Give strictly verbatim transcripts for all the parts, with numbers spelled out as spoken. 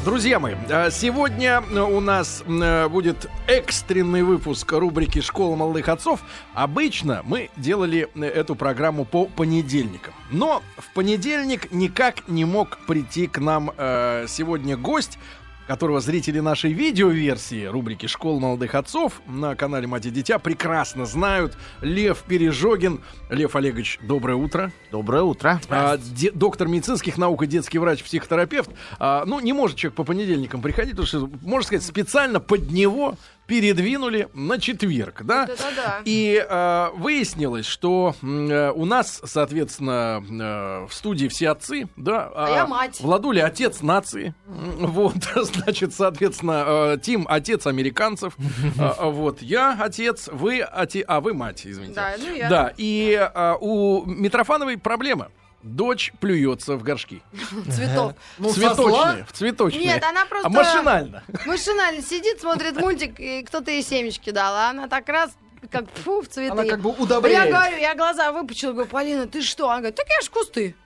Друзья мои, сегодня у нас будет экстренный выпуск рубрики «Школа молодых отцов». Обычно мы делали эту программу по понедельникам. Но в понедельник никак не мог прийти к нам сегодня гость, которого зрители нашей видеоверсии рубрики «Школа молодых отцов» на канале «Мать и дитя» прекрасно знают. Лев Пережогин. Лев Олегович, доброе утро. Доброе утро. А, де- доктор медицинских наук и детский врач-психотерапевт. А, ну, не может человек по понедельникам приходить, потому что, можно сказать, специально под него передвинули на четверг, да? Вот это да. И э, выяснилось, что э, у нас, соответственно, э, в студии все отцы, да? А я мать. Владуля отец нации, вот, значит, соответственно, э, Тим отец американцев, э, вот, я отец, вы отец, а вы мать, извините. Да, ну я. Да, и э, у Митрофановой проблема. Дочь плюется в горшки. Цветов. Ну, цветочные, в цветочные. Нет, она просто... А машинально. Машинально сидит, смотрит мультик, и кто-то ей семечки дал, а она так раз, как фу, в цветы. Она как бы удобряет. Я говорю, я глаза выпучила, говорю, Полина, ты что? Она говорит, так я ж кусты.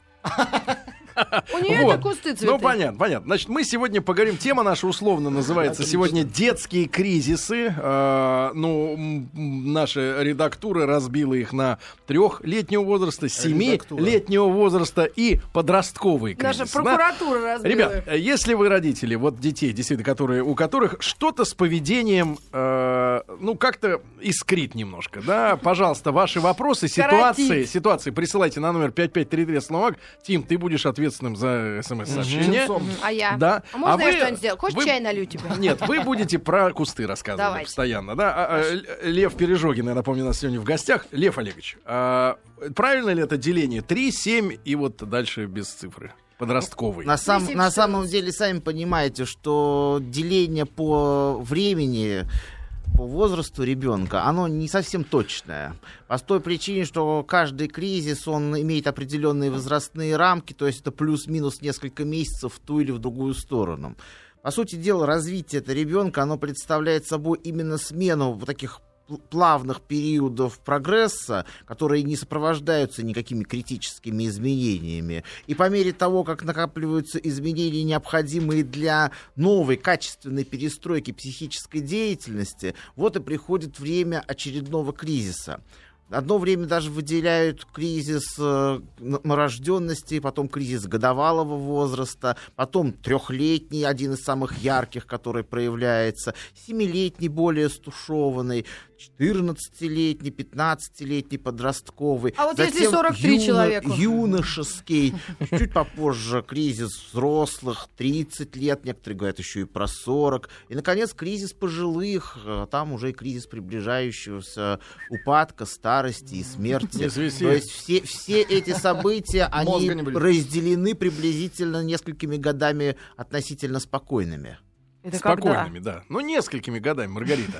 У нее Вот. это кусты цветы. Ну, понятно, понятно. Значит, мы сегодня поговорим, тема наша условно называется сегодня «Детские кризисы». Э, ну, м, наша редактура разбила их на трехлетнего возраста, семилетнего возраста и подростковые кризисы. Наша прокуратура разбила их. Ребят, если вы родители, вот детей, действительно, которые, у которых что-то с поведением, э, ну, как-то искрит немножко, да, пожалуйста, ваши вопросы, ситуации, Коротить. ситуации присылайте на номер пять пять три три Словак. Тим, ты будешь ответственным за смс-сообщение. А я? Да. А можно А я вы- что-нибудь сделаю? Хочешь вы- чай налью тебе? Нет, вы будете про кусты рассказывать Давайте. постоянно, да? А, а, Л- Лев Пережогин, я напомню, у нас сегодня в гостях. Лев Олегович, а, правильно ли это деление? три, семь и вот дальше без цифры? Подростковый. На, сам- Тридцать на четырнадцать. самом деле, сами понимаете, что деление по времени, по возрасту ребенка, оно не совсем точное. По той причине, что каждый кризис, он имеет определенные возрастные рамки, то есть это плюс-минус несколько месяцев в ту или в другую сторону. По сути дела, развитие этого ребенка, оно представляет собой именно смену вот таких пл- плавных периодов прогресса, которые не сопровождаются никакими критическими изменениями. И по мере того, как накапливаются изменения, необходимые для новой качественной перестройки психической деятельности, вот и приходит время очередного кризиса. Одно время даже выделяют кризис э, новорожденности, потом кризис годовалого возраста, потом трехлетний, один из самых ярких, который проявляется, семилетний, более стушеванный, четырнадцатилетний, пятнадцатилетний, подростковый. А вот если затем сорок три юно- человеку? Юношеский, чуть попозже кризис взрослых, тридцать лет, некоторые говорят еще и про сорок. И, наконец, кризис пожилых, э, там уже и кризис приближающегося упадка, старости и смерти. Известие. То есть все, все эти события, они Мозга не будет. разделены приблизительно несколькими годами относительно спокойными. Это когда? Спокойными, да. Ну, несколькими годами, Маргарита.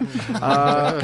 А,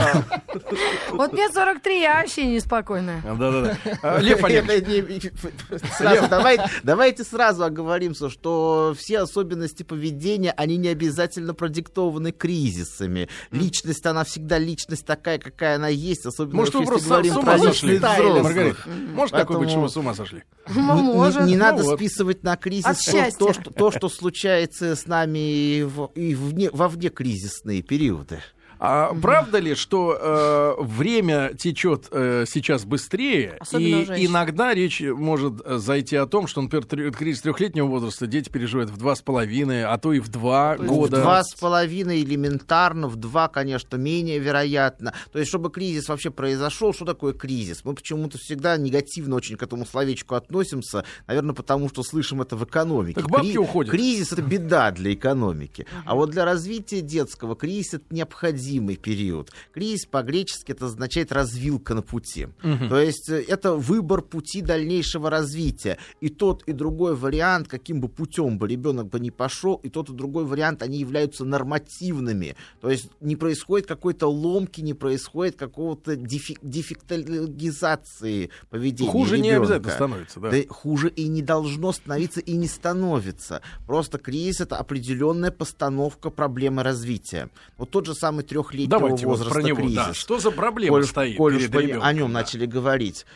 Вот мне сорок три, я вообще неспокойная. а, Да-да-да. А, Лев Олегович, Сразу давайте, давайте сразу оговоримся, что все особенности поведения, они не обязательно продиктованы кризисами. Личность, она всегда личность такая, какая она есть, особенно может, вы если просто говорим с про ума сошли? личность взрослых. Маргарита, может такое быть, что Поэтому- вы с ума сошли? Не, не- Может. не надо Ну вот. списывать на кризис От то, счастья. то, что, то, что случается с нами и, в, и вне, во внекризисные периоды. А правда ли, что э, время течет э, сейчас быстрее, Особенно у и женщин. иногда речь может э, зайти о том, что, например, трё- кризис трехлетнего возраста дети переживают в два с половиной, а то и в два Ну, года. В два с половиной элементарно, в два, конечно, менее вероятно. То есть, чтобы кризис вообще произошел, что такое кризис? Мы почему-то всегда негативно очень к этому словечку относимся, наверное, потому что слышим это в экономике. Так бабки уходят. Кризис — это беда для экономики. А вот для развития детского кризис — это необходимый период. Кризис по-гречески это означает развилка на пути. То есть э, это выбор пути дальнейшего развития. И тот, и другой вариант, каким бы путем бы ребенок бы ни пошел, и тот, и другой вариант, они являются нормативными. То есть не происходит какой-то ломки, не происходит какого-то дефи- дефектологизации поведения Хуже не ребенка. обязательно становится, да. Да хуже и не должно становиться, и не становится. Просто кризис — это определенная постановка проблемы развития. Вот тот же самый трехлетнего Давайте вот возраста про него. кризис. Да. Что за проблема Коль, стоит коль уж перед мы ребенком? о нем Да. начали говорить.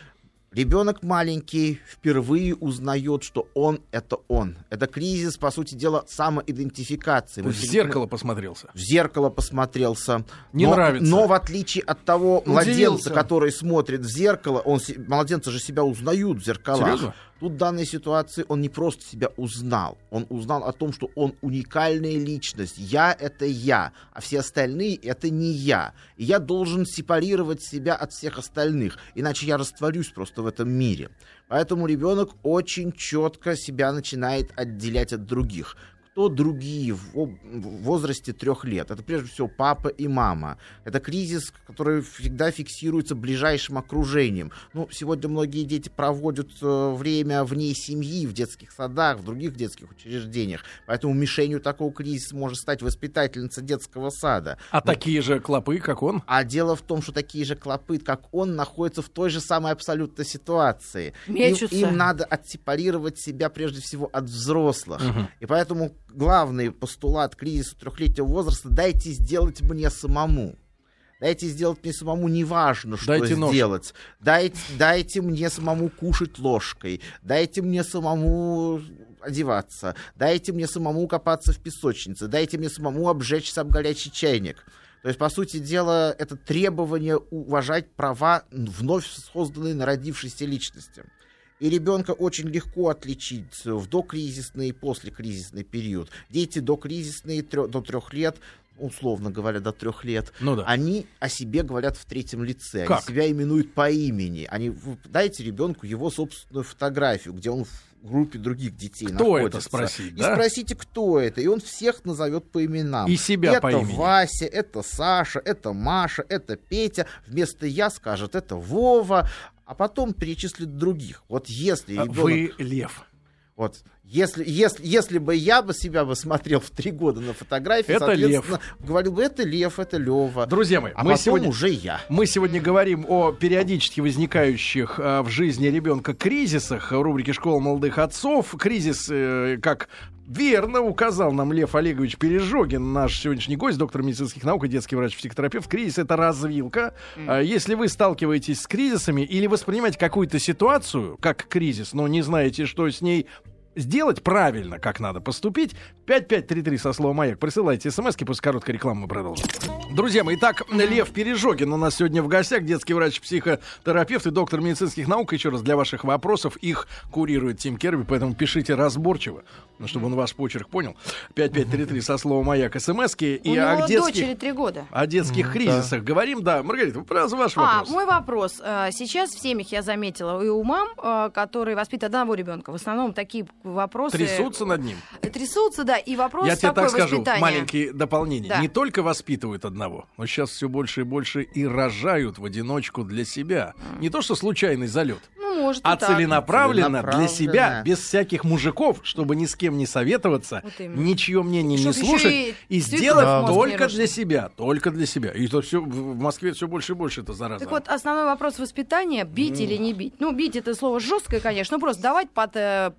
Ребенок маленький впервые узнает, что он — это он. Это кризис, по сути дела, самоидентификации. В зеркало посмотрелся. В зеркало посмотрелся. Не но, нравится. Но в отличие от того Удивился. младенца, который смотрит в зеркало, он, младенцы же себя узнают в зеркалах. Серьезно? Тут в данной ситуации он не просто себя узнал. Он узнал о том, что он уникальная личность. Я — это я, а все остальные — это не я. И я должен сепарировать себя от всех остальных, иначе я растворюсь просто в этом мире. Поэтому ребенок очень четко себя начинает отделять от других. Кто другие в возрасте трех лет? Это прежде всего папа и мама. Это кризис, который всегда фиксируется ближайшим окружением. Ну, сегодня многие дети проводят э, время вне семьи, в детских садах, в других детских учреждениях. Поэтому мишенью такого кризиса может стать воспитательница детского сада. А Но... такие же клопы, как он? А дело в том, что такие же клопы, как он, находятся в той же самой абсолютно ситуации. Им, им надо отсепарировать себя прежде всего от взрослых. Угу. И поэтому главный постулат кризиса трехлетнего возраста — дайте сделать мне самому. Дайте сделать мне самому, неважно, что дайте сделать. Дайте, дайте мне самому кушать ложкой. Дайте мне самому одеваться. Дайте мне самому копаться в песочнице. Дайте мне самому обжечься об горячий чайник. То есть, по сути дела, это требование уважать права вновь созданной, народившейся личности. И ребенка очень легко отличить в докризисный и послекризисный период. Дети докризисные до трех лет, условно говоря, до трех лет, ну да. они о себе говорят в третьем лице. Как? Они себя именуют по имени. Они, дайте ребенку его собственную фотографию, где он в группе других детей кто находится. Это спросить, и да? спросите, кто это. И он всех назовет по именам. И себя это по имени. Это Вася, это Саша, это Маша, это Петя. Вместо «я» скажет это Вова. А потом перечислит других. Вот если ребенок... Вы лев. Вот, если, если, если бы я бы себя бы смотрел в три года на фотографии, это соответственно, лев. говорил бы, это Лев, это Лева. Друзья мои, а мы потом сегодня, уже я. Мы сегодня говорим о периодически возникающих а, в жизни ребенка кризисах в рубрике «Школа молодых отцов». Кризис, э, как верно указал нам Лев Олегович Пережогин, наш сегодняшний гость, доктор медицинских наук и детский врач-психотерапевт. Кризис — это развилка. Mm. Если вы сталкиваетесь с кризисами или воспринимаете какую-то ситуацию как кризис, но не знаете, что с ней сделать правильно, как надо поступить, пять пять три три со словом «Маяк». Присылайте смски, после короткой рекламы мы продолжим. Друзья мои, итак, Лев Пережогин у нас сегодня в гостях, детский врач-психотерапевт и доктор медицинских наук. Еще раз, для ваших вопросов их курирует Тим Керби, поэтому пишите разборчиво, чтобы он ваш почерк понял. пять пять три три со словом «Маяк» смски. У и него о детских, дочери три года. О детских mm, кризисах да. говорим. Да, Маргарита, ваш вопрос. А, мой вопрос. Сейчас в семьях я заметила, и у мам, которые воспитывают одного ребенка, в основном такие вопросы... Трясутся над ним. Трясутся, да, и вопрос Я тебе так скажу, воспитания. маленькие дополнения. Да. Не только воспитывают одного, но сейчас все больше и больше и рожают в одиночку для себя. Mm. Не то, что случайный залет, ну, может, а так. целенаправленно для себя, без всяких мужиков, чтобы ни с кем не советоваться, вот ничье мнение не слушать и, и сделать да. только для себя. Только для себя. И это все в Москве все больше и больше это зараза. Так вот, основной вопрос воспитания: бить mm. или не бить. Ну, бить — это слово жесткое, конечно, но просто давать под...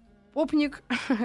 попник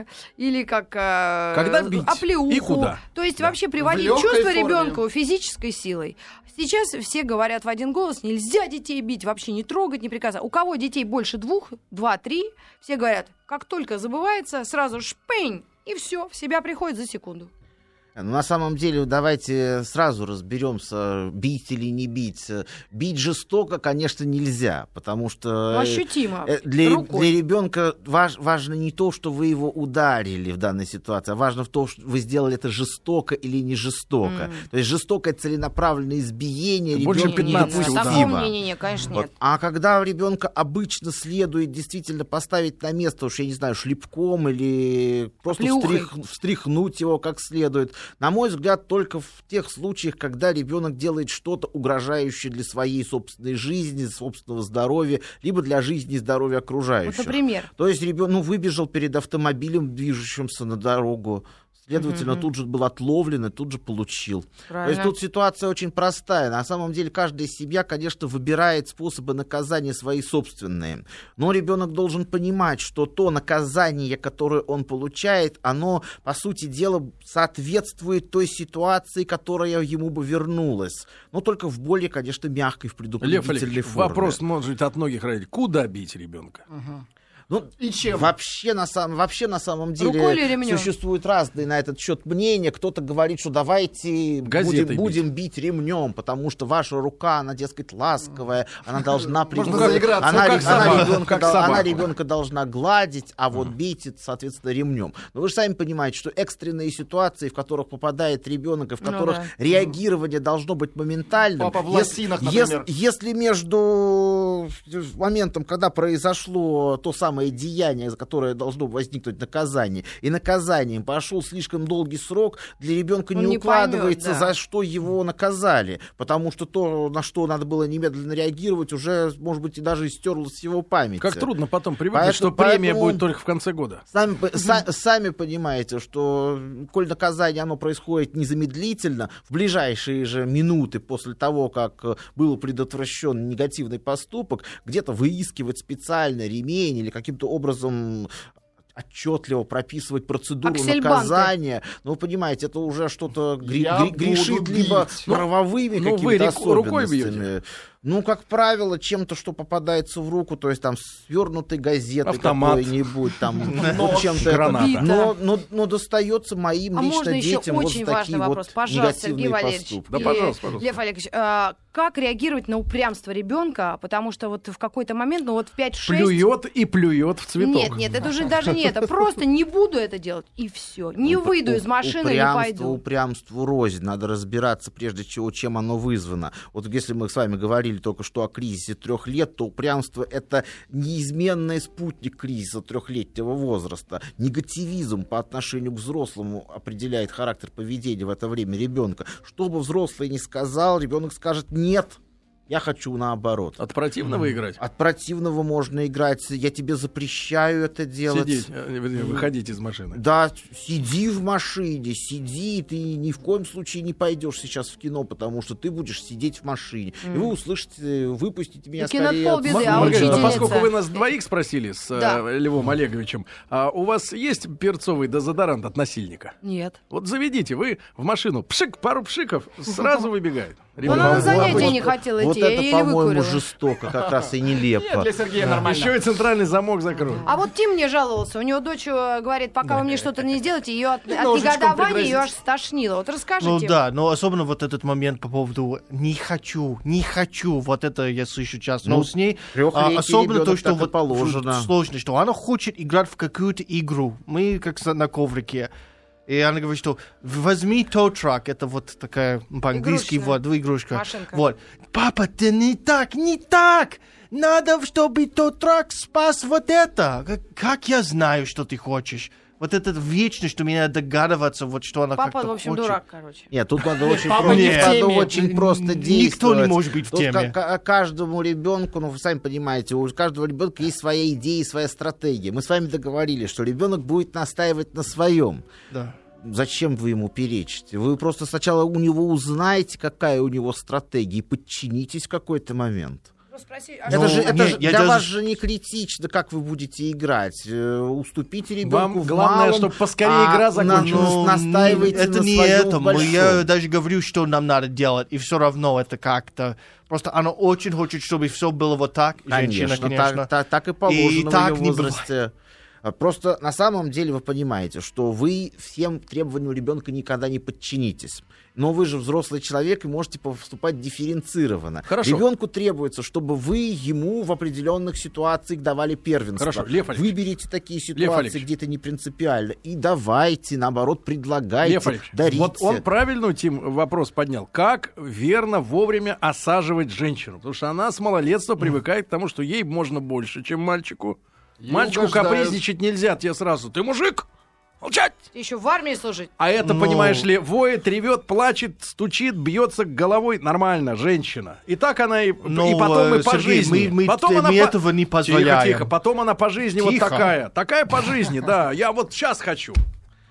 или как э, когда бить оплеуху. И куда? То есть да. вообще приводить чувство ребенку физической силой. Сейчас все говорят в один голос: нельзя детей бить, вообще не трогать, не приказывать. У кого детей больше двух, два-три, все говорят, как только забывается, сразу шпень, и все, в себя приходит за секунду. Ну, на самом деле, давайте сразу разберемся, бить или не бить. Бить жестоко, конечно, нельзя, потому что ощутимо. Для, для ребенка важ, важно не то, что вы его ударили в данной ситуации, а важно то, что вы сделали это жестоко или не жестоко. Mm. То есть жестокое целенаправленное избиение ребенка недопустимо. Такого мнения, конечно, нет. Вот. А когда ребенка обычно следует действительно поставить на место, уж я не знаю, шлепком или просто встрих, встряхнуть его как следует. На мой взгляд, только в тех случаях, когда ребенок делает что-то угрожающее для своей собственной жизни, собственного здоровья, либо для жизни и здоровья окружающих. Вот, например? То есть ребенок ну, выбежал перед автомобилем, движущимся на дорогу. следовательно, mm-hmm. тут же был отловлен и тут же получил. Правильно. То есть тут ситуация очень простая. На самом деле каждая семья, конечно, выбирает способы наказания свои собственные. Но ребенок должен понимать, что то наказание, которое он получает, оно, по сути дела, соответствует той ситуации, которая ему бы вернулась. Но только в более, конечно, мягкой, в предупредительной форме. Вопрос может быть от многих родителей. Куда бить ребенка? Uh-huh. Ну, и чем? Вообще на, сам, вообще, на самом деле, существуют разные на этот счет мнения. Кто-то говорит, что давайте будем, будем бить ремнем, потому что ваша рука, она, дескать, ласковая, она должна... При... Можно заиграться, она, ну, как она, ребенка, она ребенка должна гладить, а вот бить, соответственно, ремнем. Но вы же сами понимаете, что экстренные ситуации, в которых попадает ребенок, и в которых ну, да. реагирование должно быть моментальным. Папа в лосинах, например. Если, если между моментом, когда произошло то самое деяние, за которое должно возникнуть наказание, и наказанием пошел слишком долгий срок, для ребенка не, не укладывается, поймет, да. за что его наказали, потому что то, на что надо было немедленно реагировать, уже, может быть, и даже стерлось с его памяти. Как трудно потом привыкнуть, поэтому, что премия поэтому, будет только в конце года. Сами, са, сами понимаете, что, коль наказание оно происходит незамедлительно, в ближайшие же минуты после того, как был предотвращен негативный поступок, где-то выискивать специально ремень или каким-то образом отчетливо прописывать процедуру наказания. Ну, вы понимаете, это уже что-то гри- гри- грешит либо ну, правовыми ну, какими-то особенностями. Ну, как правило, чем-то, что попадается в руку, то есть там свернутой газетой какой-нибудь, там, чем-то. Но, но, но достается моим а лично детям вот очень такие вот вопрос. Пожалуйста, негативные поступки. Да, пожалуйста, пожалуйста. Лев Олегович, а, как реагировать на упрямство ребенка? Потому что вот в какой-то момент, ну вот в пять-шесть... Плюет и плюет в цветок. Нет, нет, это уже даже не это. Просто не буду это делать, и все. Не выйду из машины, не пойду. Упрямству рознь. Надо разбираться, прежде чего, чем оно вызвано. Вот если мы с вами говорили только что о кризисе трех лет, то упрямство — это неизменный спутник кризиса трехлетнего возраста. Негативизм по отношению к взрослому определяет характер поведения в это время ребенка. Что бы взрослый ни сказал, ребенок скажет «нет». Я хочу наоборот. От противного mm. играть? От противного можно играть. Я тебе запрещаю это делать. Сидеть, выходить из машины. Да, сиди в машине, сиди. Ты ни в коем случае не пойдешь сейчас в кино, потому что ты будешь сидеть в машине. Mm. И вы услышите, выпустите меня кино скорее. Полбеды, а Маргарита, поскольку вы нас двоих спросили с да. э, Львом Олеговичем, а у вас есть перцовый дезодорант от насильника? Нет. Вот заведите, вы в машину, пшик, пару пшиков, сразу выбегает. Он на занятия не хотел идти. Вот это, по-моему, жестоко, как раз и нелепо. Нет, для Сергея нормально. Еще и центральный замок закрой. А вот Тим мне жаловался. У него дочь говорит, пока вы мне что-то не сделаете, ее от, от негодования ее аж стошнило. Вот расскажите. Ну да, но особенно вот этот момент по поводу «не хочу, не хочу», вот это я слышу часто. Но ну, с ней а, особенно то, что вот сложно, что она хочет играть в какую-то игру. Мы как на коврике. И она говорит, что возьми тот трак, это вот такая по-английски вот, игрушка. Машинка. Вот. Папа, ты не так, не так! Надо, чтобы тот трак спас вот это. Как, как я знаю, что ты хочешь? Вот это вечно, что мне надо догадываться, вот что она Папа, как-то в общем, хочет. дурак, короче. Нет, тут надо очень, Папа просто, не в теме. надо очень просто действовать. Никто не может быть в тут теме. К- каждому ребенку, ну вы сами понимаете, у каждого ребенка есть своя идея, своя стратегия. Мы с вами договорились, что ребенок будет настаивать на своем. Да. Зачем вы ему перечите? Вы просто сначала у него узнаете, какая у него стратегия, и подчинитесь в какой-то момент. Спроси, а это ну, же, это не, же для даже... вас же не критично, как вы будете играть. Уступите ребенку Вам в главное, малом, чтобы поскорее а игра закончилась. На, настаивайте это на не своем это. большом. Я даже говорю, что нам надо делать, и все равно это как-то... Просто она очень хочет, чтобы все было вот так. Конечно, женщина, конечно. Так, так, так и положено и в так ее возрасте. Просто на самом деле вы понимаете, что вы всем требованиям ребенка никогда не подчинитесь. Но вы же взрослый человек и можете поступать дифференцированно. Хорошо. Ребенку требуется, чтобы вы ему в определенных ситуациях давали первенство. Хорошо, Лев Олегович. Выберите такие ситуации, где это не принципиально, и давайте, наоборот, предлагайте, Лев Олегович, дарите. вот он правильно, Тим, вопрос поднял. Как верно вовремя осаживать женщину? Потому что она с малолетства привыкает к тому, что ей можно больше, чем мальчику. Ей Мальчику угождают. Капризничать нельзя, тебе сразу. Ты мужик? Молчать! Еще в армии служить. А это, Но... понимаешь ли, воет, ревет, плачет, стучит, бьется головой. Нормально, женщина. И так она и, Но, и потом и по Сергей, жизни. Мы, мы, потом мы она этого по... не позволяем. Тихо, тихо. Потом она по жизни Тихо. вот такая. Такая по жизни, да. Я вот сейчас хочу.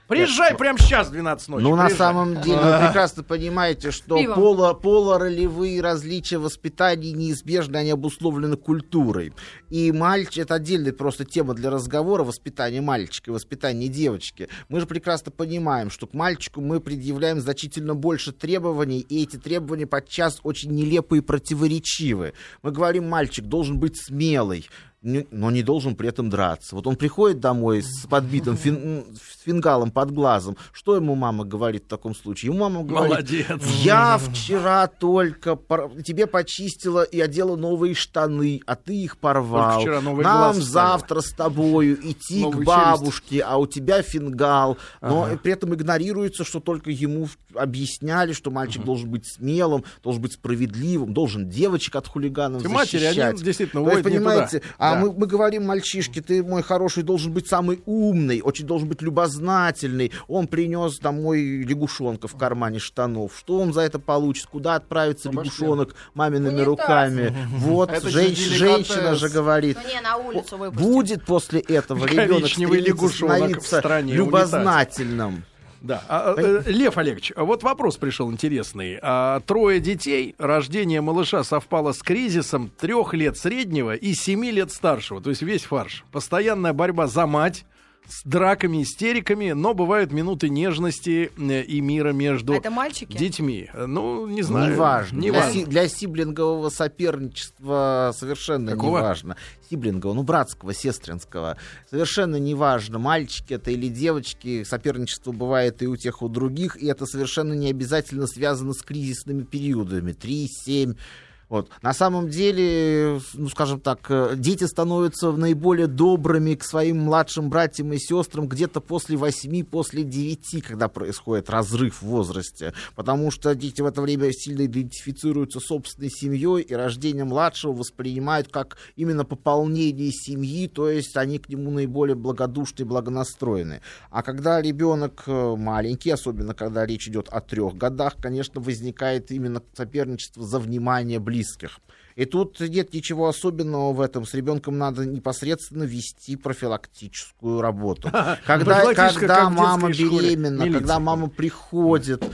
Приезжай Нет, прямо сейчас в двенадцать ночи. Ну, приезжай. На самом деле, вы прекрасно понимаете, что поло, полуролевые различия воспитания неизбежны, они обусловлены культурой. И мальчик, это отдельная просто тема для разговора, воспитание мальчика и воспитание девочки. Мы же прекрасно понимаем, что к мальчику мы предъявляем значительно больше требований, и эти требования подчас очень нелепые и противоречивы. Мы говорим, мальчик должен быть смелый, но не должен при этом драться. Вот он приходит домой с подбитым фин, с фингалом под глазом. Что ему мама говорит в таком случае? Ему мама говорит: молодец. Я вчера только пор... тебе почистила и одела новые штаны, а ты их порвал. Нам завтра с тобою идти новый к бабушке, челюсть. А у тебя фингал. Но ага. при этом игнорируется, что только ему объясняли, что мальчик ага. должен быть смелым, должен быть справедливым, должен девочек от хулиганов Те защищать. Матери, они действительно уводят не туда. А Мы, мы говорим, мальчишке, ты, мой хороший, должен быть самый умный, очень должен быть любознательный. Он принес домой лягушонка в кармане штанов. Что он за это получит? Куда отправится ну, лягушонок мамиными Унитаз. руками? Вот, женщ, женщина же говорит. Не, на улицу будет после этого ребенок становиться любознательным. Да. А, э, Лев Олегович, вот вопрос пришел интересный. А, трое детей, рождение малыша совпало с кризисом трех лет среднего и семи лет старшего. То есть весь фарш. Постоянная борьба за мать, с драками, истериками, но бывают минуты нежности и мира между Это мальчики? детьми. Ну, не знаю. Неважно. Не для, си- для сиблингового соперничества совершенно Какого? неважно. Сиблингового, ну, братского, сестринского. Совершенно неважно, мальчики это или девочки. Соперничество бывает и у тех, и у других. И это совершенно не обязательно связано с кризисными периодами. Три, семь... Вот. На самом деле, ну, скажем так, дети становятся наиболее добрыми к своим младшим братьям и сестрам где-то после восьми, после девяти, когда происходит разрыв в возрасте. Потому что дети в это время сильно идентифицируются с собственной семьей, и рождение младшего воспринимают как именно пополнение семьи, то есть они к нему наиболее благодушны и благонастроены. А когда ребенок маленький, особенно когда речь идет о трех годах, конечно, возникает именно соперничество за внимание близких. И тут нет ничего особенного в этом. С ребенком надо непосредственно вести профилактическую работу. Когда, когда мама беременна, когда мама приходит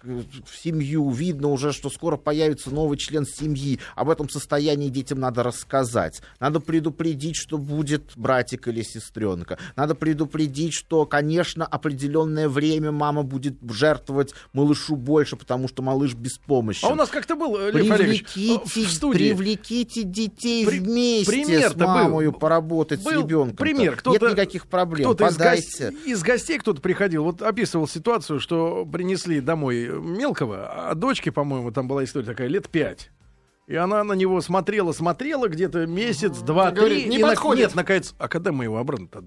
в семью, видно уже, что скоро появится новый член семьи. Об этом состоянии детям надо рассказать. Надо предупредить, что будет братик или сестренка. Надо предупредить, что, конечно, определенное время мама будет жертвовать малышу больше, потому что малыш беспомощен. А у нас как-то был, Лев Олегович, в студии. Привлеките детей При, вместе с мамой поработать был, с ребенком. Пример. Нет никаких проблем. Кто-то из, гость, из гостей кто-то приходил, вот описывал ситуацию, что принесли домой мелкого, а дочке, по-моему, там была история такая, лет пять. И она на него смотрела, смотрела где-то месяц, два, три. Не подходит. Нет, наконец, а когда мы его обратно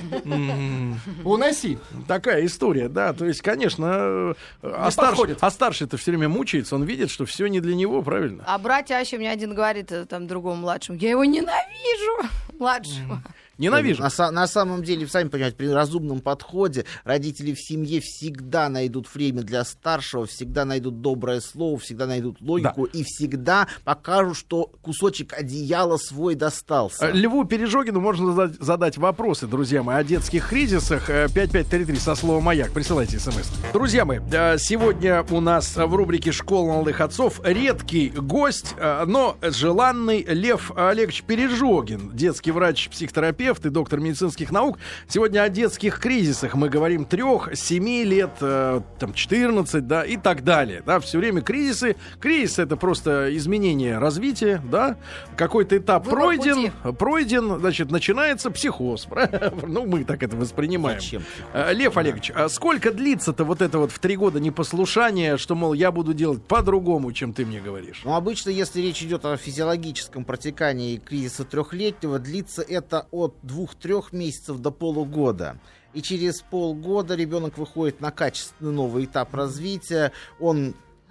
отдадим? Уноси. Такая история, да. То есть, конечно, а старший-то все время мучается, он видит, что все не для него, правильно? А братья еще мне один говорит, там, другому младшему, я его ненавижу, младшего. Ненавижу. На, на самом деле, сами понимаете, при разумном подходе родители в семье всегда найдут время для старшего, всегда найдут доброе слово, всегда найдут логику, да. И всегда покажут, что кусочек одеяла свой достался. Льву Пережогину можно задать, задать вопросы, друзья мои, о детских кризисах. пять пять три три со словом «Маяк». Присылайте смс. Друзья мои, сегодня у нас в рубрике «Школа молодых отцов» редкий гость, но желанный Лев Олегович Пережогин, детский врач-психотерапевт и доктор медицинских наук. Сегодня о детских кризисах мы говорим трех, семи лет, э, там, четырнадцать, да, и так далее. Да, все время кризисы. Кризис — это просто изменение развития, да. Какой-то этап Выбор пройден, пути. пройден, значит, начинается психоз. Ну, мы так это воспринимаем. Зачем? Лев Олегович, а сколько длится-то вот это вот в три года непослушание, что, мол, я буду делать по-другому, чем ты мне говоришь? Ну, обычно, если речь идет о физиологическом протекании кризиса трехлетнего, длится это от двух-трех месяцев до полугода. И через полгода ребенок выходит на качественный новый этап развития. Он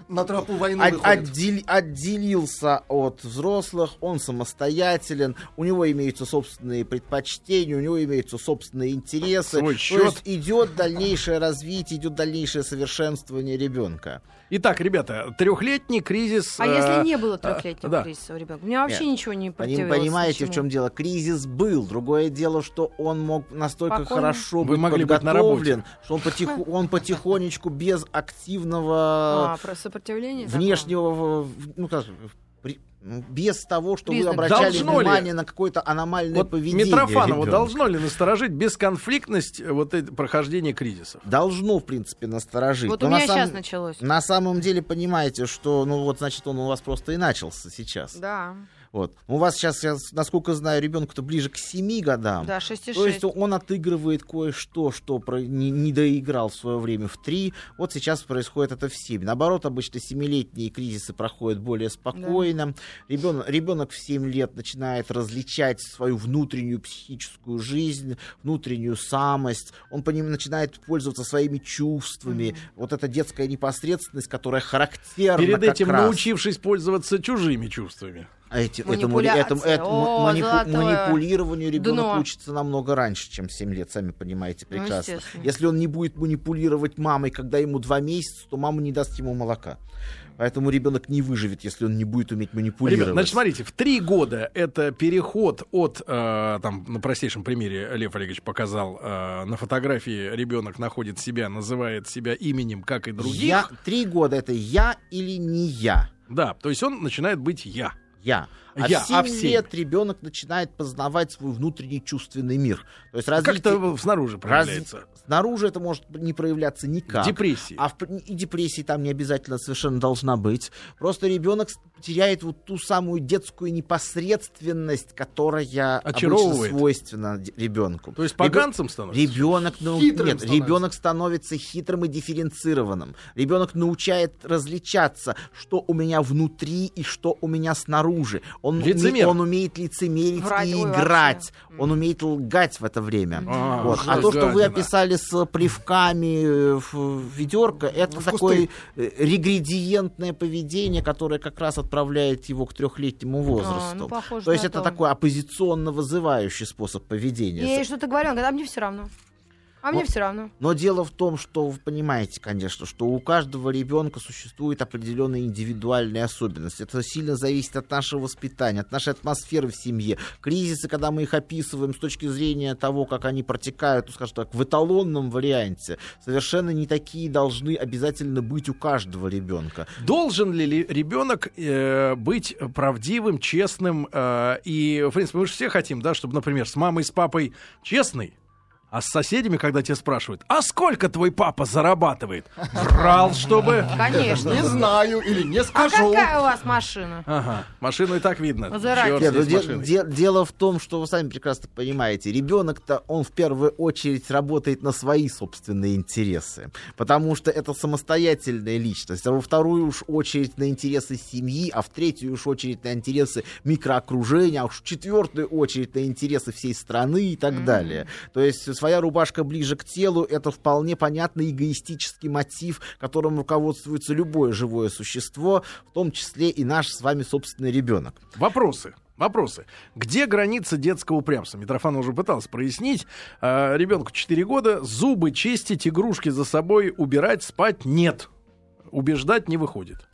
на тропу войны от, отдел, отделился от взрослых, он самостоятелен, у него имеются собственные предпочтения, у него имеются собственные интересы. Свой То счет. есть идет дальнейшее развитие, идет дальнейшее совершенствование ребенка. Итак, ребята, трехлетний кризис... А э, если не было трехлетнего э, да. кризиса у ребенка? У меня вообще Нет. ничего не противилось. Понимаете, ничему. в чем дело? Кризис был. Другое дело, что он мог настолько Спокойно. хорошо Вы быть могли быть на подготовлен, работе. что он, потиху, он потихонечку, без активного А, про сопротивление? внешнего, ну как, при- без того, что Признак. вы обращали Должно внимание ли? на какое-то аномальное Вот поведение Митрофанову ребенка. должно ли насторожить бесконфликтность вот это, прохождения кризисов? Должно, в принципе, насторожить. Вот Но у меня на самом- сейчас началось. На самом деле, понимаете, что, ну вот, значит, он у вас просто и начался сейчас. Да, Вот. У вас сейчас, я, насколько знаю, ребенку-то ближе к семи годам. да, шесть и То есть шесть. он отыгрывает кое-что, что про- не, не доиграл в свое время в три. Вот сейчас происходит это в семь. Наоборот, обычно семилетние кризисы проходят более спокойно. Ребенок, ребенок в семь лет начинает различать свою внутреннюю психическую жизнь, внутреннюю самость. Он по ним начинает пользоваться своими чувствами. Вот эта детская непосредственность, которая характерна Перед как этим раз. научившись пользоваться чужими чувствами. А эти- этому, Манипуляция. этому, этому О, манипу- золотое манипулированию ребенок дно. учится намного раньше, чем семь лет, сами понимаете Ну, прекрасно. естественно. Если он не будет манипулировать мамой, когда ему два месяца, то мама не даст ему молока. Поэтому ребенок не выживет, если он не будет уметь манипулировать. Ребят, значит, смотрите, в три года это переход от, э, там, на простейшем примере Лев Олегович показал, э, на фотографии ребенок находит себя, называет себя именем, как и других. Я, три года это я или не я? Да, то есть он начинает быть я. Я. А Я, в семь а в семь? лет ребенок начинает познавать свой внутренний чувственный мир. То есть развитие... Как-то снаружи проявляется. Раз- Снаружи это может не проявляться никак. Депрессии. А в, и депрессии там не обязательно совершенно должна быть. Просто ребенок теряет вот ту самую детскую непосредственность, которая обычно Очаровывает. свойственна д- ребенку. То есть поганцем становится? Ребенок, ну, Хитрым нет, становится. ребенок становится хитрым и дифференцированным. Ребенок научает различаться, что у меня внутри и что у меня снаружи. Он, уме- Лицемер. он умеет лицемерить Врать, и ой, играть. вообще. Он умеет лгать в это время. А, Вот. жесть, А то, что вы гадина. описали с плевками э, в ведерко, это В такое э, регредиентное поведение, которое как раз отправляет его к трехлетнему возрасту. ну, похоже то есть на это то. такой оппозиционно вызывающий способ поведения. Я ей что-то говорю, он говорит, а мне все равно. А мне Ну, все равно. Но дело в том, что вы понимаете, конечно, что у каждого ребенка существует определенная индивидуальная особенность. Это сильно зависит от нашего воспитания, от нашей атмосферы в семье. Кризисы, когда мы их описываем с точки зрения того, как они протекают, ну, скажем так, в эталонном варианте, совершенно не такие должны обязательно быть у каждого ребенка. Должен ли ли ребенок э, быть правдивым, честным? Э, и, в принципе, мы же все хотим, да, чтобы, например, с мамой, с папой честный, а с соседями, когда тебя спрашивают, а сколько твой папа зарабатывает? Врал, чтобы... Конечно. Не знаю или не А скажу. какая у вас машина? Ага, машину и так видно. Возрать. Чёрт Нет, с ну, ней с де- машиной. де- дело в том, что вы сами прекрасно понимаете, ребенок-то, он в первую очередь работает на свои собственные интересы, потому что это самостоятельная личность, а во вторую уж очередь на интересы семьи, а в третью уж очередь на интересы микроокружения, а уж в четвертую очередь на интересы всей страны и так Мгм. далее. То есть своя рубашка ближе к телу — это вполне понятный эгоистический мотив, которым руководствуется любое живое существо, в том числе и наш с вами собственный ребенок. Вопросы. Вопросы. Где граница детского упрямства? Митрофан уже пытался прояснить. А, ребенку четыре года. Зубы чистить, игрушки за собой убирать, спать нет. Убеждать не выходит.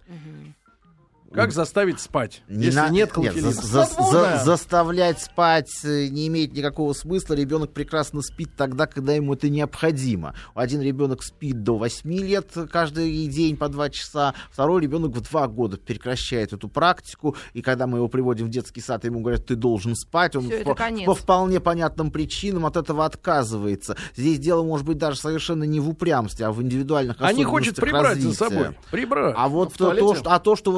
Как заставить спать, Не если на- нет за- клофелина? за- Свободная. за- заставлять спать э, не имеет никакого смысла. Ребенок прекрасно спит тогда, когда ему это необходимо. Один ребенок спит до восьми лет каждый день по два часа, второй ребенок в два года прекращает эту практику. И когда мы его приводим в детский сад, ему говорят, ты должен спать, он Всё, это по, конец. по вполне понятным причинам от этого отказывается. Здесь дело может быть даже совершенно не в упрямстве, а в индивидуальных А не особенностях хочет прибрать за развития. собой. Прибрать. А вот в то, туалете? то, что, а то, что вот мы пытаемся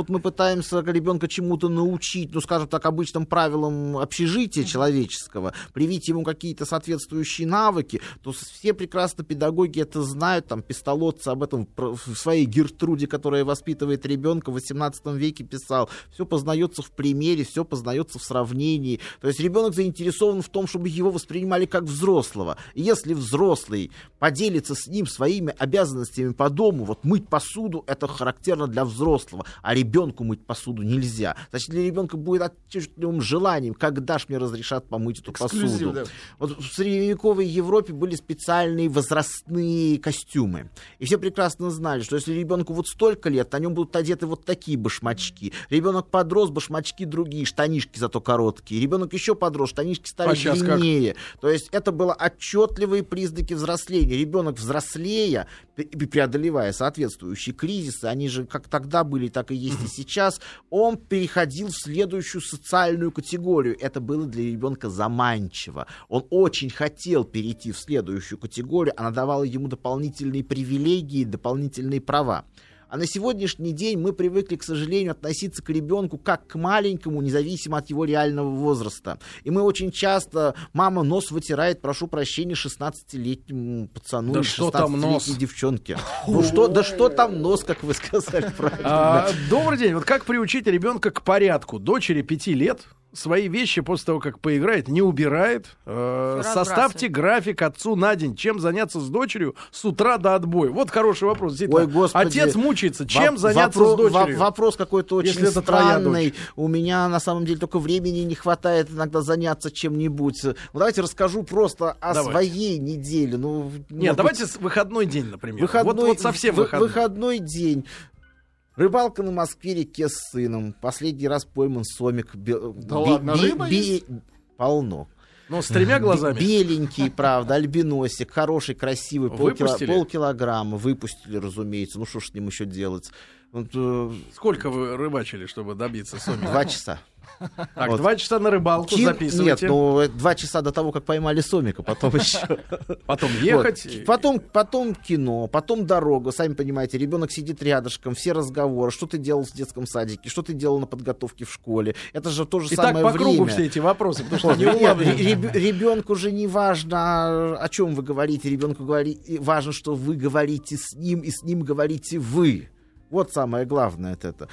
пытаемся ребенка чему-то научить, ну, скажем так, обычным правилам общежития человеческого, привить ему какие-то соответствующие навыки, то все прекрасно педагоги это знают, там, пестолотцы об этом в своей Гертруде, которая воспитывает ребенка, в восемнадцатом веке писал. Все познается в примере, все познается в сравнении. То есть ребенок заинтересован в том, чтобы его воспринимали как взрослого. И если взрослый поделится с ним своими обязанностями по дому, вот мыть посуду, это характерно для взрослого, а ребенку мыть посуду нельзя. Значит, для ребенка будет отчетливым желанием, когда ж мне разрешат помыть эту посуду. Да. Вот в средневековой Европе были специальные возрастные костюмы. И все прекрасно знали, что если ребенку вот столько лет, на нем будут одеты вот такие башмачки. Ребенок подрос, башмачки другие, штанишки зато короткие. Ребенок еще подрос, штанишки стали а длиннее. Как? То есть это было отчетливые признаки взросления. Ребенок взрослея, преодолевая соответствующие кризисы, они же как тогда были, так и есть и сейчас, он переходил в следующую социальную категорию. Это было для ребенка заманчиво. Он очень хотел перейти в следующую категорию, она давала ему дополнительные привилегии, дополнительные права. А на сегодняшний день мы привыкли, к сожалению, относиться к ребенку как к маленькому, независимо от его реального возраста. И мы очень часто, мама нос вытирает, прошу прощения, шестнадцатилетнему пацану да или шестнадцатилетней девчонке. Ну что, да что там нос, как вы сказали правильно. А, добрый день. Вот как приучить ребенка к порядку? Дочери пяти лет. Свои вещи после того, как поиграет, не убирает. Э, составьте график отцу на день. Чем заняться с дочерью с утра до отбоя? Вот хороший вопрос. Ой, Господи. Отец мучается. Чем Во- заняться вопро- с дочерью? Вопрос какой-то очень странный. У меня, на самом деле, только времени не хватает иногда заняться чем-нибудь. Ну, давайте расскажу просто о давайте. своей неделе. Ну, Нет, давайте быть... с выходной день, например. Выходной, вот, вот совсем в- выходной. Выходной день. Рыбалка на Москве-реке с сыном. Последний раз пойман сомик. Бе- да бе- ладно, бе- рыба бе- есть? Полно. Ну, с тремя глазами. Беленький, правда, альбиносик, хороший, красивый, полкило- полкилограмма. Выпустили, разумеется. Ну, что ж с ним еще делать? Вот, э... Сколько вы рыбачили, чтобы добиться сомика? Два часа. Так, вот. Два часа на рыбалку Ки... записывайте. Нет, ну, два часа до того, как поймали сомика, потом еще. Потом ехать. Вот. Потом, потом кино, потом дорога. Сами понимаете, ребенок сидит рядышком, все разговоры. Что ты делал в детском садике, что ты делал на подготовке в школе. Это же то же и самое время. И так по кругу все эти вопросы, потому что они улавливают. Ребенку же не важно, о чем вы говорите. Ребенку важно, что вы говорите с ним, и с ним говорите вы. Вот самое главное это.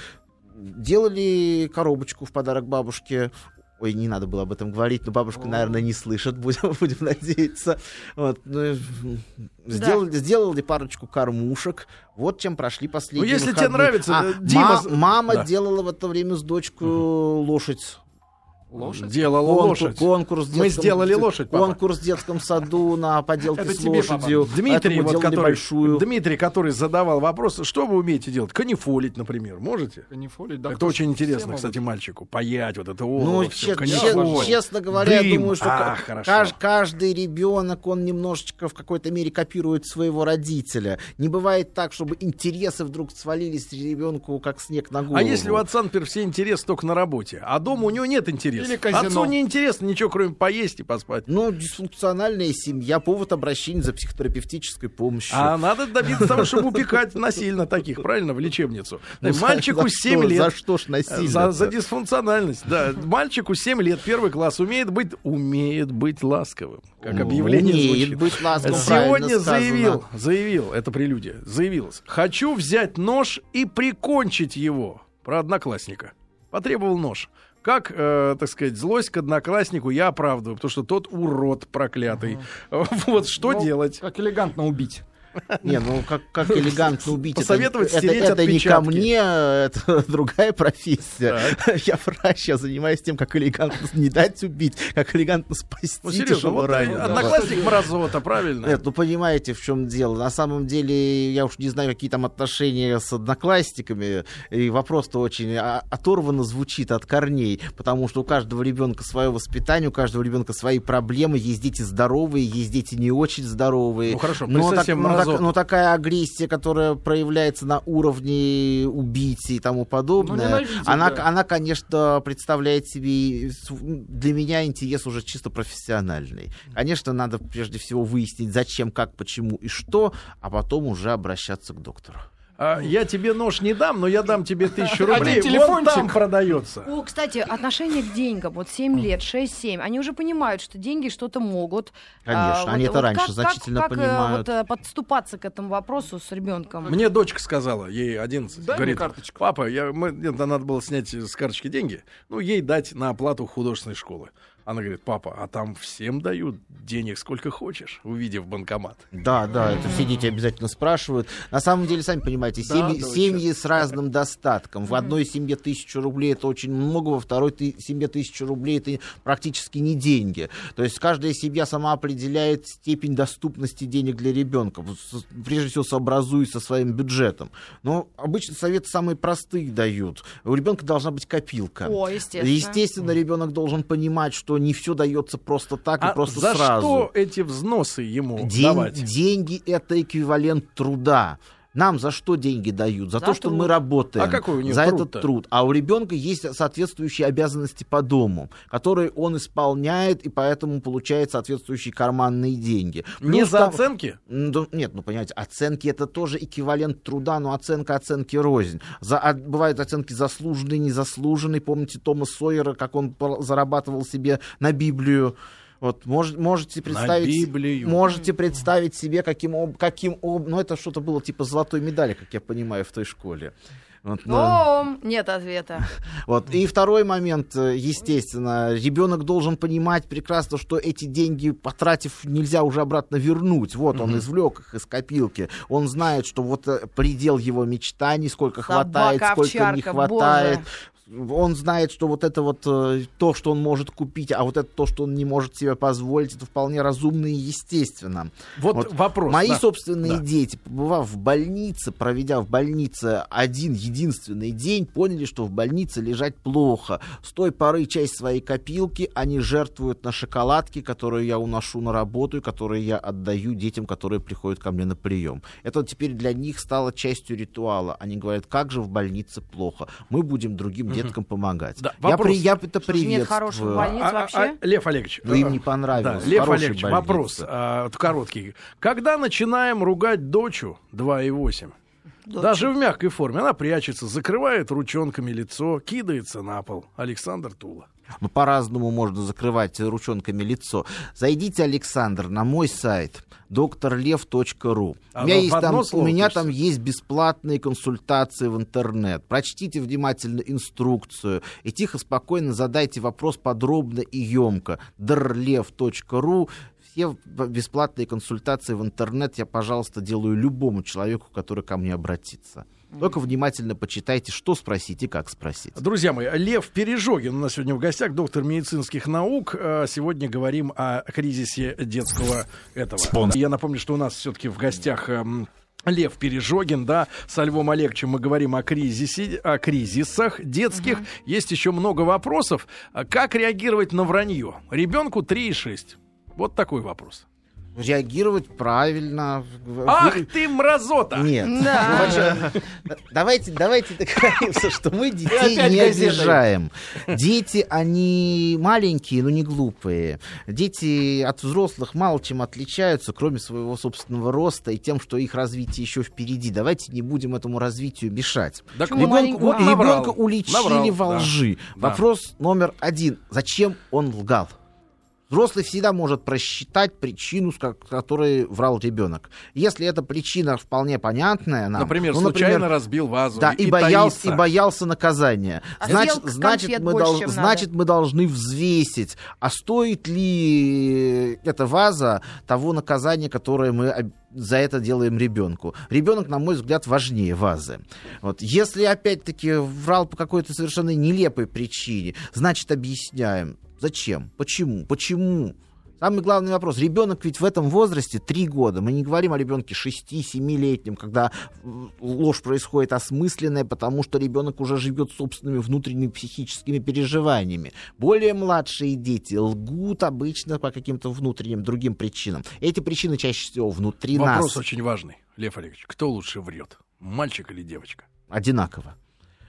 Делали коробочку в подарок бабушке. Ой, не надо было об этом говорить, но бабушка, наверное, не слышит, будем, будем надеяться. Вот. Ну, сделали, да. сделали парочку кормушек. Вот чем прошли последние Ну, если выходные. тебе нравится, а, Дима... ма- Мама да. делала в это время с дочкой угу. лошадь. Лошадь? Делала Конкур, лошадь. Конкурс Мы детском, сделали лошадь, папа. Конкурс в детском саду на поделке это с тебе, лошадью. Папа. Дмитрий, вот, который, большую. Дмитрий, который задавал вопрос, что вы умеете делать? Канифолить, например, можете? Канифолить, да. Это очень интересно, кстати, мальчику. Паять вот это олово. Ну, все, честно, честно говоря, Дым. я думаю, что а, к- каждый, каждый ребенок, он немножечко в какой-то мере копирует своего родителя. Не бывает так, чтобы интересы вдруг свалились ребенку, как снег на голову. А если у отца, например, все интересы только на работе, а дома у него нет интереса? Или казино. Отцу не интересно ничего, кроме поесть и поспать. Ну, дисфункциональная семья, повод обращения за психотерапевтической помощью. А надо добиться того, чтобы упекать насильно таких, правильно, в лечебницу. Ну, мальчику семь лет. За что ж насильно? За, за дисфункциональность, да. Мальчику семь лет, первый класс, умеет быть, умеет быть ласковым. Как объявление умеет звучит. быть ласковым, Сегодня заявил, заявил, это прелюдия, заявилось. Хочу взять нож и прикончить его. Про одноклассника. Потребовал нож. Как, э, так сказать, злость к однокласснику я оправдываю, потому что тот урод проклятый. Uh-huh. Вот что ну, делать? Как элегантно убить. Не, ну как, как элегантно убить. Посоветовать это, стереть это, это не ко отпечатки. мне, это другая профессия. Так. Я врач, я занимаюсь тем, как элегантно не дать убить, как элегантно спасти. Ну, серьезно, вот одноклассник Мразота, правильно? Нет, ну понимаете, в чем дело. На самом деле, я уж не знаю, какие там отношения с одноклассниками, и вопрос-то очень оторванно звучит от корней, потому что у каждого ребенка свое воспитание, у каждого ребенка свои проблемы, есть дети здоровые, есть дети не очень здоровые. Ну хорошо, но, так, но, так, но такая агрессия, которая проявляется на уровне убийцы и тому подобное, ну, она, да. она, конечно, представляет себе для меня интерес уже чисто профессиональный. Конечно, надо прежде всего выяснить, зачем, как, почему и что, а потом уже обращаться к доктору. А, я тебе нож не дам, но я дам тебе тысячу рублей. Вон там продается. О, кстати, отношение к деньгам. Вот семь лет, шесть-семь. Они уже понимают, что деньги что-то могут. Конечно, а, они вот, это вот раньше как, значительно как, понимают. Как вот, подступаться к этому вопросу с ребенком? Мне дочка сказала, ей одиннадцать. Дай говорит, мне карточку. папа, я, мы, нет, надо было снять с карточки деньги, ну, ей дать на оплату художественной школы. Она говорит, папа, а там всем дают денег сколько хочешь, увидев банкомат. Да, да, это все дети обязательно спрашивают. На самом деле, сами понимаете, Да, семьи, да, семьи с разным достатком. В одной семье тысяча рублей это очень много, во второй ты, семье тысяча рублей это практически не деньги. То есть каждая семья сама определяет степень доступности денег для ребенка, прежде всего сообразуясь со своим бюджетом. Но обычно советы самые простые дают. У ребенка должна быть копилка. О, естественно. Естественно, ребенок должен понимать, что не все дается просто так а и просто за сразу. что эти взносы ему День, давать? деньги — это эквивалент труда. Нам за что деньги дают? За, за то, что труд. мы работаем. А какой у него за труд-то? этот труд. А у ребенка есть соответствующие обязанности по дому, которые он исполняет, и поэтому получает соответствующие карманные деньги. Не Плюс за там- оценки? Ну, нет, ну понимаете, оценки — это тоже эквивалент труда, но оценка оценки рознь. За, а, бывают оценки заслуженные, незаслуженные. Помните Тома Сойера, как он пор- зарабатывал себе на Библию? Вот, мож, можете представить, Библию. можете представить себе, каким, об, каким об, ну это что-то было типа золотой медали, как я понимаю, в той школе. Вот, но- О, нет ответа. вот. И второй момент, э, естественно, ребенок должен понимать прекрасно, что эти деньги, потратив, нельзя уже обратно вернуть. Вот он извлек их из копилки. Он знает, что вот э, предел его мечтаний, сколько хватает, сколько не Собака-овчарка, хватает. боже. Он знает, что вот это вот э, то, что он может купить, а вот это то, что он не может себе позволить, это вполне разумно и естественно. Вот, Вот вопрос. Мои да. собственные Да. дети, побывав в больнице, проведя в больнице один единственный день, поняли, что в больнице лежать плохо. С той поры часть своей копилки они жертвуют на шоколадки, которые я уношу на работу и которые я отдаю детям, которые приходят ко мне на прием. Это теперь для них стало частью ритуала. Они говорят, как же в больнице плохо. Мы будем другим деткам помогать. Да, я, вопрос. при, я это Что ж, нет приветствую. хороших больниц А, а, вообще? а, Лев Олегович. Ну, им а, не понравилось. Да, Лев Хорошие Олегович, больницы. вопрос а, вот короткий. Когда начинаем ругать дочу два и восемь? Дочь. Даже в мягкой форме. Она прячется, закрывает ручонками лицо, кидается на пол. Александр Тула. Ну, по-разному можно закрывать ручонками лицо. Зайдите, Александр, на мой сайт доктор лев точка ру. А у меня, в есть одно там, слово у меня пишется? там есть бесплатные консультации в интернет. Прочтите внимательно инструкцию и тихо, спокойно задайте вопрос подробно и емко. доктор лев точка ру. Все бесплатные консультации в интернет я, пожалуйста, делаю любому человеку, который ко мне обратится. Только внимательно почитайте, что спросить и как спросить. Друзья мои, Лев Пережогин у нас сегодня в гостях, доктор медицинских наук. А, Сегодня говорим о кризисе детского этого. Спонсор. Я напомню, что у нас все-таки в гостях эм, Лев Пережогин, да, со Львом Олеговичем мы говорим о кризисе, о кризисах детских. Uh-huh. Есть еще много вопросов. Как реагировать на вранье? Ребенку три и шесть. Вот такой вопрос. Реагировать правильно. Ах Вы- ты мразота! Нет. Да. Ну, вообще, давайте, давайте договоримся, что мы детей опять не газетой. обижаем. Дети, они маленькие, но не глупые. Дети от взрослых мало чем отличаются, кроме своего собственного роста и тем, что их развитие еще впереди. Давайте не будем этому развитию мешать. Так Почему ребенку- маленький? вот А. наврал. Ребенка уличили Наврал, во да. лжи. Да. Вопрос номер один. Зачем он лгал? Взрослый всегда может просчитать причину, с ко- которой врал ребенок. Если эта причина вполне понятная нам, Например, ну, случайно разбил вазу. да, и, боялся, таится. и боялся наказания. А Значит, съел значит, конфет мы, больше, дол- чем значит надо. мы должны взвесить, а стоит ли эта ваза того наказания, которое мы об- за это делаем ребенку. Ребенок, на мой взгляд, важнее вазы. Вот. Если, опять-таки, врал по какой-то совершенно нелепой причине, значит, объясняем. Зачем? Почему? Почему? Самый главный вопрос. Ребенок ведь в этом возрасте три года. Мы не говорим о ребенке шести-семилетнем, когда ложь происходит осмысленная, потому что ребенок уже живет собственными внутренними психическими переживаниями. Более младшие дети лгут обычно по каким-то внутренним другим причинам. Эти причины чаще всего внутри Вопрос нас. очень важный, Лев Олегович. Кто лучше врет? Мальчик или девочка? Одинаково.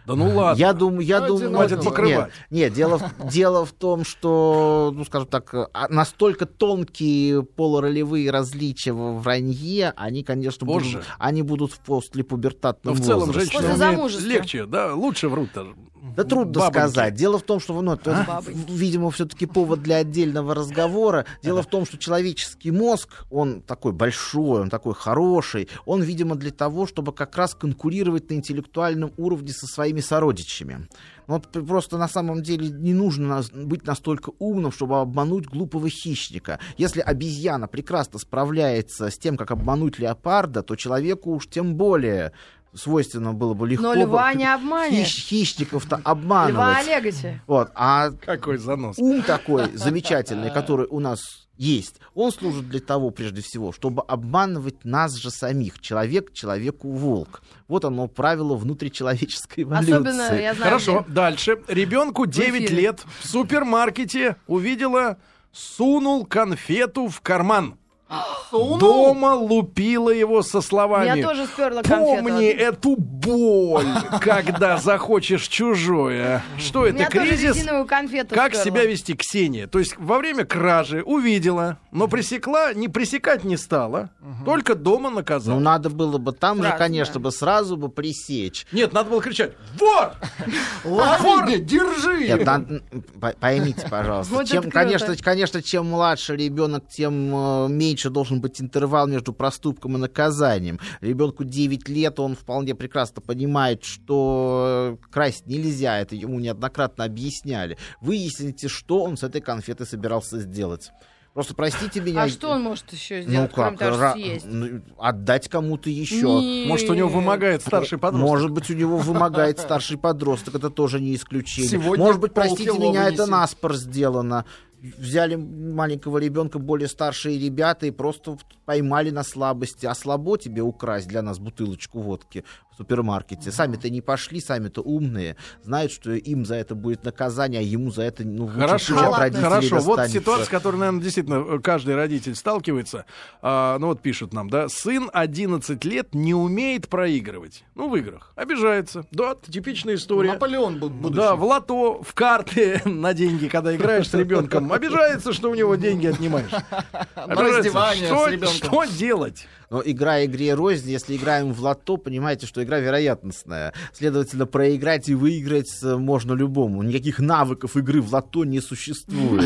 Да ну ладно. Я думаю, я а думаю, нет, нет, нет, дело, дело в том, что, ну, скажем так, настолько тонкие полуролевые различия в вранье, они, конечно, будут, они будут в послепубертатном возрасте. Но в целом женщинам легче, да, лучше врут-то. Да трудно бабоньки. Сказать. Дело в том, что, ну, это, а? видимо, все-таки повод для отдельного разговора. Дело в том, что человеческий мозг, он такой большой, он такой хороший, он, видимо, для того, чтобы как раз конкурировать на интеллектуальном уровне со своими сородичами. Вот просто на самом деле не нужно быть настолько умным, чтобы обмануть глупого хищника. Если обезьяна прекрасно справляется с тем, как обмануть леопарда, то человеку уж тем более свойственно было бы легко. Но льва не обманешь. Хищ, хищников-то обманывать. Льва Олеговича. Вот, а какой занос. Ум такой замечательный, который у нас есть, он служит для того, прежде всего, чтобы обманывать нас же самих. Человек человеку волк. Вот оно правило внутричеловеческой эволюции. Особенно, я знаю, Хорошо, где... дальше. Ребенку девять лет в супермаркете увидела, сунул конфету в карман. Сунул? Дома лупила его со словами: я тоже сперла конфету. Помни эту боль, когда захочешь чужое. Что это, кризис? Как себя вести, Ксения? То есть во время кражи увидела, но пресекла, не пресекать не стала, угу. только дома наказала. Ну надо было бы там сразу, же, конечно, да. бы сразу бы пресечь. Нет, надо было кричать: вор! Вор, держи! Нет, надо, поймите, пожалуйста, чем, конечно, конечно, чем младше ребенок, тем меньше должен быть интервал между проступком и наказанием. Ребенку девять лет, он вполне прекрасно понимает, что красть нельзя, это ему неоднократно объясняли. Выясните, что он с этой конфетой собирался сделать. Просто простите меня. А что он может еще сделать, ну, как, кроме того, что съесть? Отдать кому-то еще. Не... Может, у него вымогает старший подросток. Может быть, у него вымогает старший подросток. Это тоже не исключение. Сегодня Может быть, простите меня, это наспор сделано. Взяли маленького ребенка, более старшие ребята, и просто поймали на слабости. А слабо тебе украсть для нас бутылочку водки в супермаркете. Сами-то не пошли, сами-то умные. Знают, что им за это будет наказание, а ему за это, ну, хорошо, хорошо. Вот ситуация, с которой, наверное, действительно каждый родитель сталкивается. А, ну вот пишут нам, да, сын одиннадцать лет не умеет проигрывать. Ну, в играх. Обижается. Да, типичная история. Наполеон был будущий. Да, в лото, в карты на деньги, когда играешь с ребенком. Обижается, что у него деньги отнимаешь. Раздевание с ребенком. Что делать? Но игра игре рознь. Если играем в лото, понимаете, что игра вероятностная. Следовательно, проиграть и выиграть можно любому. Никаких навыков игры в лото не существует.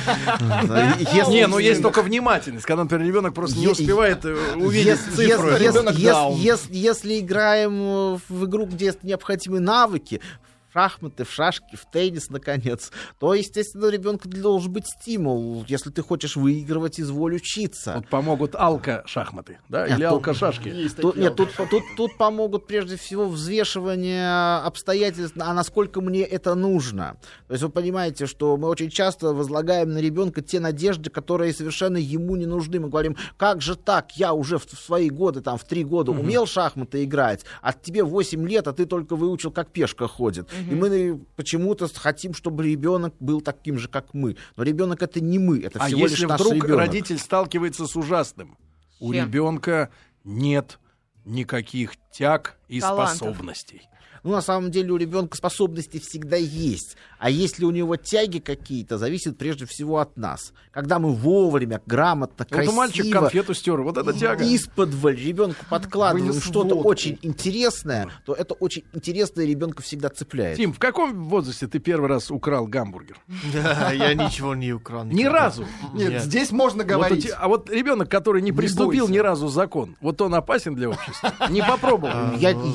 Не, ну есть только внимательность, когда, например, ребенок просто не успевает увидеть цифру. Если играем в игру, где необходимы навыки, шахматы, в шашки, в теннис, наконец, то, естественно, у ребенка должен быть стимул. Если ты хочешь выигрывать, изволь учиться. Вот помогут алко-шахматы, да? Или алко-шашки? Тут, нет, тут, тут, тут помогут прежде всего взвешивание обстоятельств, а насколько мне это нужно. То есть вы понимаете, что мы очень часто возлагаем на ребенка те надежды, которые совершенно ему не нужны. Мы говорим: как же так? Я уже в свои годы, там, в три года угу. умел шахматы играть, а тебе восемь лет, а ты только выучил, как пешка ходит. И мы почему-то хотим, чтобы ребенок был таким же, как мы. Но ребенок — это не мы, это а всего лишь наш ребенок. А если вдруг родитель сталкивается с ужасным? У ребенка нет никаких тяг и талантов, способностей. Ну, на самом деле, у ребенка способности всегда есть. А если у него тяги какие-то, зависит прежде всего от нас. Когда мы вовремя, грамотно, вот красиво... Вот мальчик конфету стер, вот это тяга. Исподволь ребенку подкладываем что-то водку. Очень интересное, то это очень интересное ребенка всегда цепляет. Тим, в каком возрасте ты первый раз украл гамбургер? Да, я ничего не украл. Ни разу? Нет, здесь можно говорить. А вот ребенок, который не приступил ни разу закон, вот он опасен для общества? Не попробовал?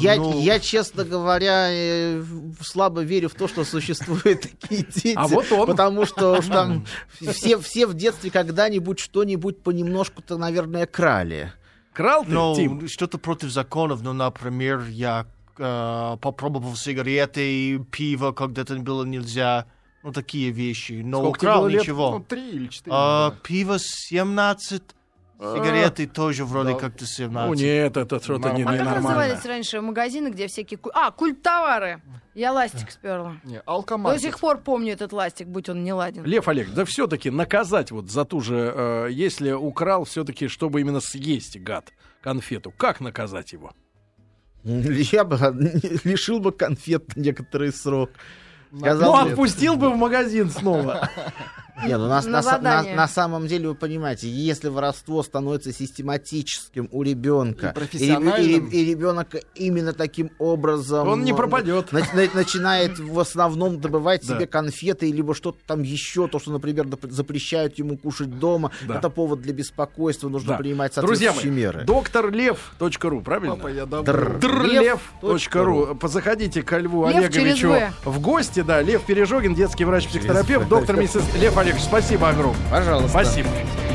Я, честно говоря, я слабо верю в то, что существуют такие дети. А вот он. Потому что там все, все в детстве когда-нибудь что-нибудь понемножку-то, наверное, крали. Крал ты, ну, Тим? Что-то против законов. Ну, например, я э, попробовал сигареты, пиво, когда это было нельзя. Ну, такие вещи. Но сколько украл тебе было ничего. Лет? Ну, три или четыре. А, пиво семнадцать. Сигареты тоже вроде да. как-то семнадцать. Ну нет, это что-то не, не нормально. А как назывались раньше магазины, где всякие... А, культтовары. Я ластик сперла. Не, алкомаркет. До сих пор помню этот ластик, будь он не ладен. Лев Олег, да все-таки наказать вот за ту же... Э, если украл все-таки, чтобы именно съесть, гад, конфету, как наказать его? Я бы лишил бы конфет на некоторый срок. Сказал, ну, отпустил бы в магазин снова. Не, ну, на, на, на, на самом деле, вы понимаете, если воровство становится систематическим у ребенка, и, и, и, и ребенок именно таким образом... Он не пропадет. На, на, начинает в основном добывать да. себе конфеты, либо что-то там еще, то, что, например, запрещают ему кушать дома, да. это повод для беспокойства, нужно да. принимать соответствующие Друзья мои, меры. доктор лев точка ру, правильно? Папа, я Дрлев точка ру. Заходите к Льву Лев Олеговичу в гости, да, Лев Пережогин, детский врач-психотерапевт, доктор миссис Лев Олегович, спасибо огромное. Пожалуйста. Спасибо.